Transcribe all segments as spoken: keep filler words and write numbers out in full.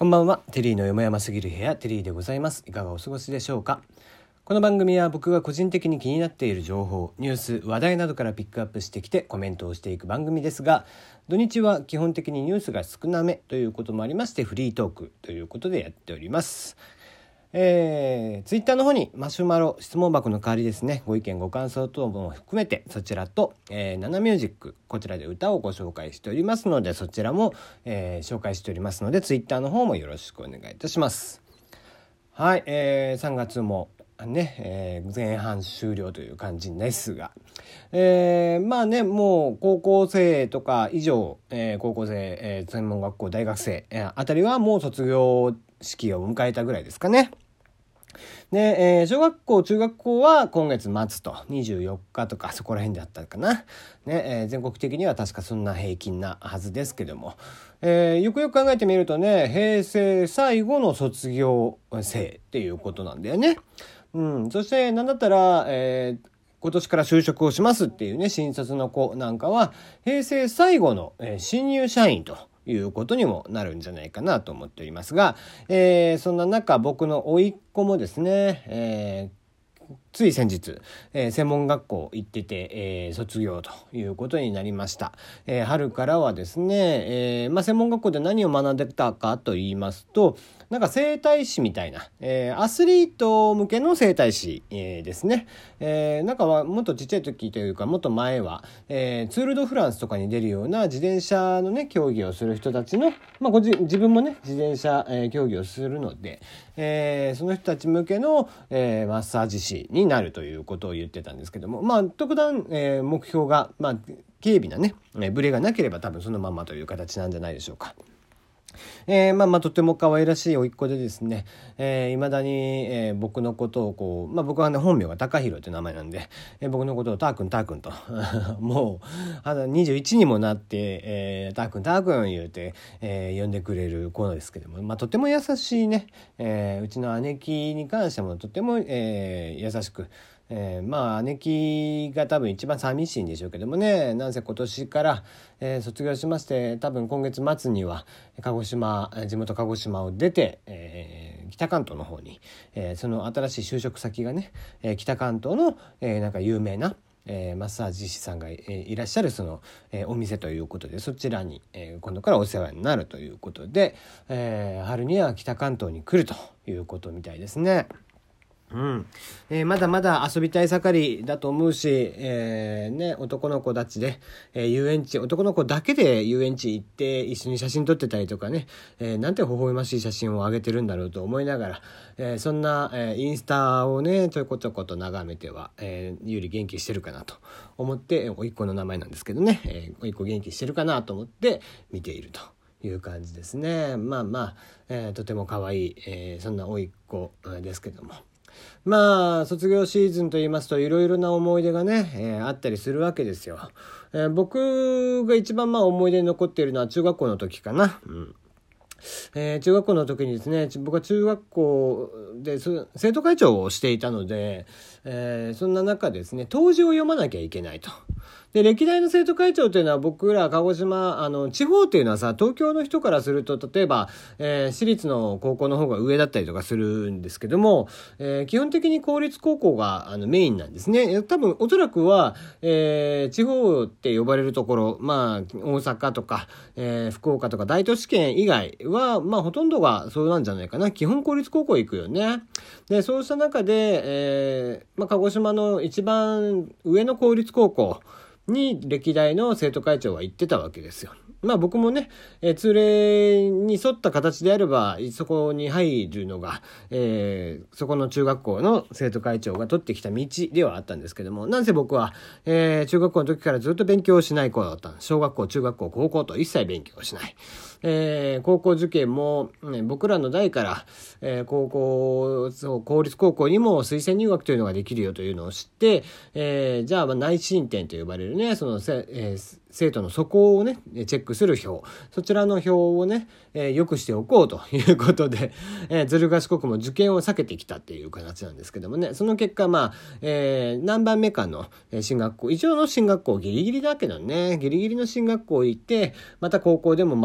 こんばんは。テリーのよもやますぎる部屋、テリーでございます。いかがお過ごしでしょうか。この番組は僕が個人的に気になっている情報、ニュース、話題などからピックアップしてきてコメントをしていく番組ですが、土日は基本的にニュースが少なめということもありまして、フリートークということでやっております。えー、ツイッターの方にマシュマロ質問箱の代わりですね、ご意見ご感想等も含めてそちらと、えー、ナナミュージック、こちらで歌をご紹介しておりますので、そちらも、えー、紹介しておりますので、ツイッターの方もよろしくお願いいたします。はい、えー、さんがつもね、えー、前半終了という感じですが、えー、まあね、もう高校生とか以上、えー、高校生、えー、専門学校大学生、えー、あたりはもう卒業式を迎えたぐらいですかね。で、えー、小学校中学校は今月末とにじゅうよっかとかそこら辺だったかな、ねえー、全国的には確かそんな平均なはずですけども、えー、よくよく考えてみるとね、平成最後の卒業生っていうことなんだよね。うん、そしてなんだったら、えー今年から就職をしますっていうね、新卒の子なんかは平成最後の、えー、新入社員ということにもなるんじゃないかなと思っておりますが、えー、そんな中僕の甥っ子もですね、えーつい先日、えー、専門学校行ってて、えー、卒業ということになりました。えー、春からはですね、えーまあ、専門学校で何を学んでたかと言いますと、なんか整体師みたいな、えー、アスリート向けの整体師、えー、ですね。えー、なんかはもっとちっちゃい時というかもっと前は、えー、ツール・ド・フランスとかに出るような自転車のね競技をする人たちの、まあ、ご自, 自分もね自転車、えー、競技をするので、えー、その人たち向けの、えー、マッサージ師になるということを言ってたんですけども、まあ特段、えー、目標が、まあ、軽微なね、えー、ブレがなければ多分そのままという形なんじゃないでしょうか。えー、まあまあとても可愛らしい甥っ子でですね、えー、未だに、えー、僕のことをこう、まあ僕はね本名が高弘という名前なんで、えー、僕のことをターくんターくんともうあのにじゅういちにもなって、えー、ターくんターくん言うて、えー、呼んでくれる子ですけども、まあとても優しいね、えー、うちの姉貴に関してもとても、えー、優しく、えー、まあ姉貴が多分一番寂しいんでしょうけどもね、なんせ今年から、えー、卒業しまして、多分今月末には鹿児島地元鹿児島を出て、えー、北関東の方に、えー、その新しい就職先がね、えー、北関東の、えー、なんか有名なえー、マッサージ師さんが、えー、いらっしゃるその、えー、お店ということで、そちらに、えー、今度からお世話になるということで、えー、春には北関東に来るということみたいですね。うんえー、まだまだ遊びたい盛りだと思うし、えーね、男の子たちで、えー、遊園地男の子だけで遊園地行って一緒に写真撮ってたりとかね、えー、なんて微笑ましい写真を上げてるんだろうと思いながら、えー、そんな、えー、インスタをねちょこちょこと眺めては、えー、ゆり元気してるかなと思って、おいっ子の名前なんですけどね、えー、おいっ子元気してるかなと思って見ているという感じですね。まあまあ、えー、とても可愛い、えー、そんなおいっ子ですけども、まあ卒業シーズンといいますといろいろな思い出がね、えー、あったりするわけですよ。えー、僕が一番まあ思い出に残っているのは中学校の時かな。うんえー、中学校の時にですね、僕は中学校で生徒会長をしていたので、えー、そんな中ですね、答辞を読まなきゃいけないと。で、歴代の生徒会長というのは僕ら鹿児島、あの、地方っていうのはさ、東京の人からすると、例えば、えー、私立の高校の方が上だったりとかするんですけども、えー、基本的に公立高校があのメインなんですね。多分、おそらくは、えー、地方って呼ばれるところ、まあ、大阪とか、えー、福岡とか大都市圏以外は、まあ、ほとんどがそうなんじゃないかな。基本公立高校行くよね。で、そうした中で、えー、まあ、鹿児島の一番上の公立高校に歴代の生徒会長は行ってたわけですよ。まあ僕もね、えー、通例に沿った形であればそこに入るのが、えー、そこの中学校の生徒会長が取ってきた道ではあったんですけども、なんせ僕は、えー、中学校の時からずっと勉強しない子だったんです。小学校、中学校、高校と一切勉強しない。えー、高校受験も、ね、僕らの代から、えー、高校そう公立高校にも推薦入学というのができるよというのを知って、えー、じゃあ、まあ、内申点と呼ばれるねそのせ、えー、生徒の素行をねチェックする表、そちらの表をね、えー、よくしておこうということで、えー、ずる賢くも受験を避けてきたっていう形なんですけどもね、その結果まあ、えー、何番目かの進学校、一応の進学校ギリギリだけどね、ギリギリの進学校行ってまた高校でも全く勉強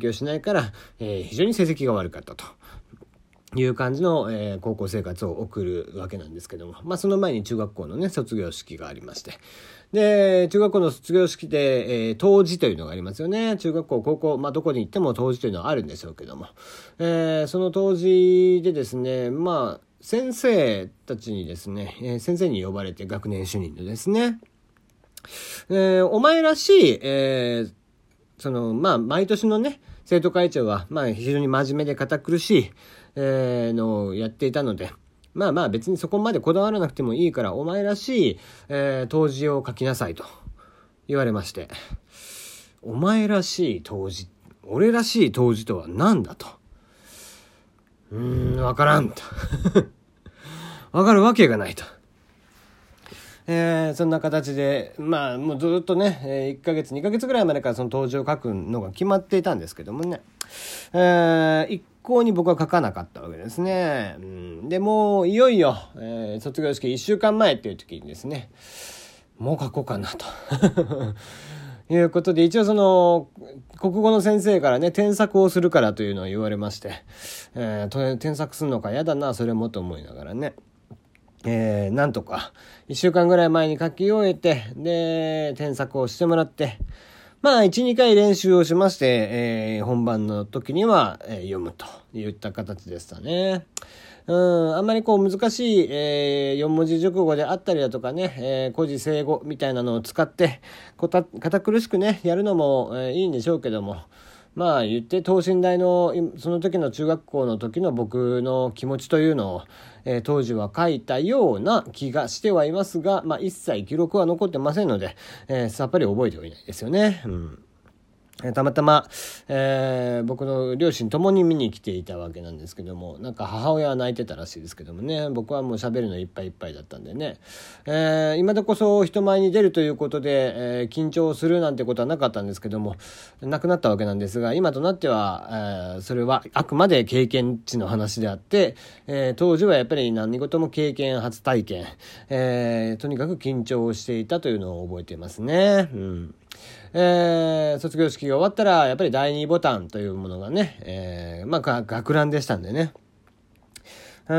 強しないから、えー、非常に成績が悪かったという感じの、えー、高校生活を送るわけなんですけども、まあその前に中学校のね卒業式がありまして、で中学校の卒業式で、えー、答辞というのがありますよね。中学校高校、まあどこに行っても答辞というのはあるんでしょうけども、えー、その答辞でですね、まあ先生たちにですね、えー、先生に呼ばれて、学年主任のですね、えー、お前らしい、えー、そのまあ毎年のね生徒会長はまあ非常に真面目で堅苦しい、えー、のをやっていたので、まあまあ別にそこまでこだわらなくてもいいから、お前らしい、えー、答辞を書きなさいと言われまして、お前らしい答辞、俺らしい答辞とは何だと、うーんわからんとわかるわけがないと、えー、そんな形でまあもうずっとね、えー、いっかげつにかげつぐらいまでからその答辞を書くのが決まっていたんですけどもね、えー、一向に僕は書かなかったわけですね。うん、でもういよいよ、えー、卒業式いっしゅうかんまえっていう時にですね、もう書こうかなということで、一応その国語の先生からね添削をするからというのを言われまして、えー、添削するのかやだなそれもと思いながらね、えー、なんとかいっしゅうかんぐらい前に書き終えて、で添削をしてもらって、まあ いちにかい練習をしまして、えー、本番の時には、えー、読むといった形でしたね。うん、あんまりこう難しい、えー、よん文字熟語であったりだとかね、えー、古事成語みたいなのを使ってこた堅苦しくねやるのも、えー、いいんでしょうけども、まあ言って等身大のその時の中学校の時の僕の気持ちというのを、えー、当時は書いたような気がしてはいますが、まあ一切記録は残ってませんので、えー、さっぱり覚えてはいないですよね。うん、たまたま、えー、僕の両親ともに見に来ていたわけなんですけども、なんか母親は泣いてたらしいですけどもね、僕はもう喋るのいっぱいいっぱいだったんでね、えー、今でこそ人前に出るということで、えー、緊張するなんてことはなかったんですけども、なくなったわけなんですが、今となっては、えー、それはあくまで経験値の話であって、えー、当時はやっぱり何事も経験初体験、えー、とにかく緊張をしていたというのを覚えていますね。うん、えー、卒業式が終わったらやっぱりだいにボタンというものがね、えー、まあ学ランでしたんでね、うん、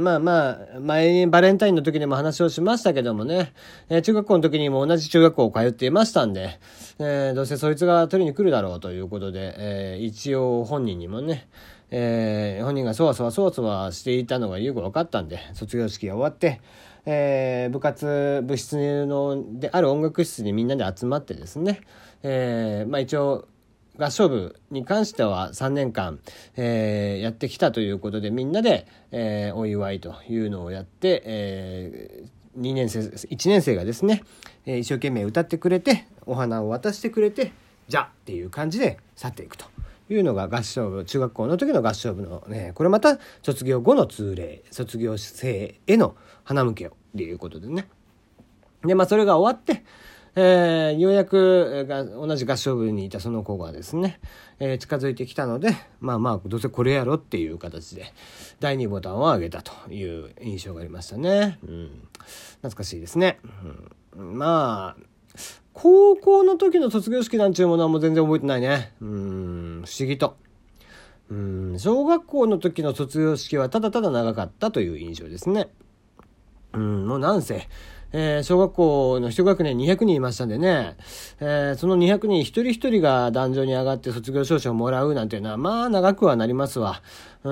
まあまあ前にバレンタインの時にも話をしましたけどもね、えー、中学校の時にも同じ中学校を通っていましたんで、えー、どうせそいつが取りに来るだろうということで、えー、一応本人にもね、えー、本人がそわそわそわそわしていたのがよく分かったんで、卒業式が終わって、えー、部活部室のである音楽室にみんなで集まってですね、えー、まあ一応合唱部に関してはさんねんかん、えー、やってきたということで、みんなで、えー、お祝いというのをやって、えー、にねん生いちねん生がですね、えー、一生懸命歌ってくれてお花を渡してくれて、じゃっていう感じで去っていくというのが合唱部、中学校の時の合唱部の、ね、これまた卒業後の通例、卒業生への花向けをということでね。でまあそれが終わって、えー、ようやくが同じ合唱部にいたその子がですね、えー、近づいてきたので、まあまあどうせこれやろっていう形でだいにボタンを上げたという印象がありましたね。うん、懐かしいですね。うん、まあ高校の時の卒業式なんていうものはもう全然覚えてないね。うーん、不思議と。うーん、小学校の時の卒業式はただただ長かったという印象ですね。うん、もうなんせ、えー、小学校の一学年にひゃくにんいましたんでね、えー、そのにひゃくにん一人一人が壇上に上がって卒業証書をもらうなんていうのはまあ長くはなりますわ。うん、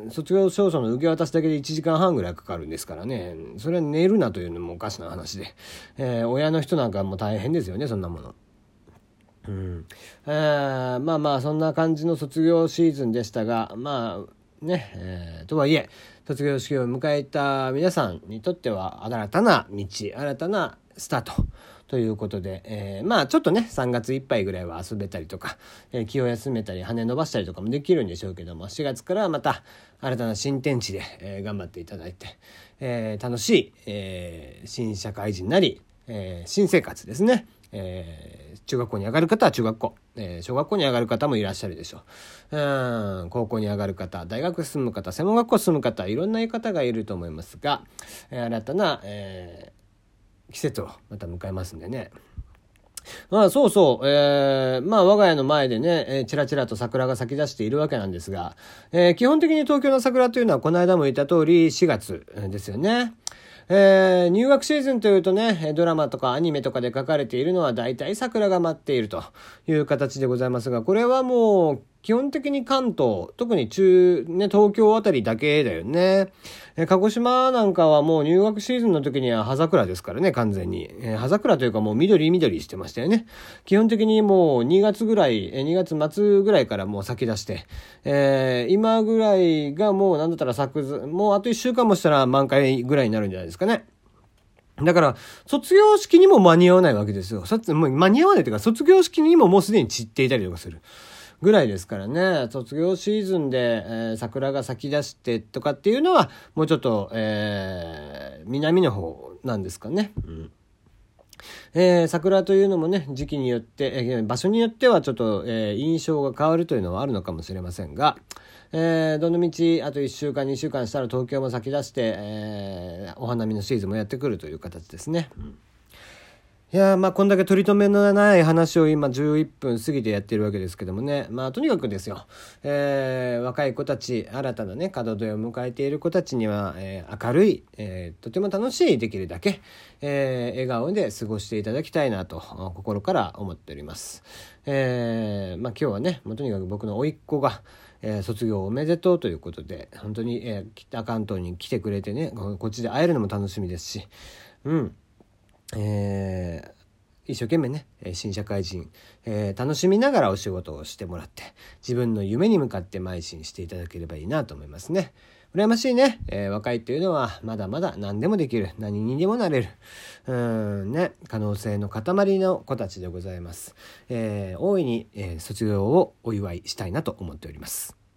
卒業証書の受け渡しだけでいちじかんはんぐらいかかるんですからね、それは寝るなというのもおかしな話で、えー、親の人なんかも大変ですよね、そんなもの。うんえー、まあまあそんな感じの卒業シーズンでしたが、まあね、えー、とはいえ卒業式を迎えた皆さんにとっては新たな道、新たなスタートということで、えー、まあちょっとねさんがついっぱいぐらいは遊べたりとか、えー、気を休めたり羽伸ばしたりとかもできるんでしょうけども、しがつからはまた新たな新天地で、えー、頑張っていただいて、えー、楽しい、えー、新社会人なり、えー、新生活ですね。えー、中学校に上がる方は中学校、えー、小学校に上がる方もいらっしゃるでしょう。うん、高校に上がる方、大学進む方、専門学校進む方、いろんな方がいると思いますが、えー、新たな、えー、季節をまた迎えますんでね、 まあそうそう、えー、まあ我が家の前でね、えー、ちらちらと桜が咲き出しているわけなんですが、えー、基本的に東京の桜というのはこの間も言った通りしがつですよね。えー、入学シーズンというとね、ドラマとかアニメとかで書かれているのは大体桜が待っているという形でございますが、これはもう基本的に関東、特に中、ね、東京あたりだけだよね。えー、鹿児島なんかはもう入学シーズンの時には葉桜ですからね、完全に。えー、葉桜というかもう緑緑してましたよね。基本的にもうにがつぐらい、えー、にがつ末ぐらいからもう咲き出して、えー、今ぐらいがもうなんだったら咲くず、もうあといっしゅうかんもしたら満開ぐらいになるんじゃないですかね。だから、卒業式にも間に合わないわけですよ。もう間に合わないというか、卒業式にももうすでに散っていたりとかするぐらいですからね。卒業シーズンで、えー、桜が咲き出してとかっていうのは、もうちょっと、えー、南の方なんですかね。うん。えー、桜というのもね、時期によって、えー、場所によってはちょっと、えー、印象が変わるというのはあるのかもしれませんが、えー、どのみちあといっしゅうかんにしゅうかんしたら東京も咲き出して、えー、お花見のシーズンもやってくるという形ですね。うん、いやまあこんだけ取り留めのない話を今じゅういっぷん過ぎてやってるわけですけどもね、まあとにかくですよ、えー、若い子たち、新たなね門出を迎えている子たちには、えー、明るい、えー、とても楽しい、できるだけ、えー、笑顔で過ごしていただきたいなと心から思っております。えー、まあ今日はね、もうとにかく僕の甥っ子がえー、卒業おめでとうということで、本当に、えー、北関東に来てくれてね、こっちで会えるのも楽しみですし、うん、えー、一生懸命ね新社会人、えー、楽しみながらお仕事をしてもらって、自分の夢に向かって邁進していただければいいなと思いますね。羨ましいね、えー、若いっていうのはまだまだ何でもできる、何にでもなれる、うーんね、可能性の塊の子たちでございます。えー、大いに、えー、卒業をお祝いしたいなと思っております。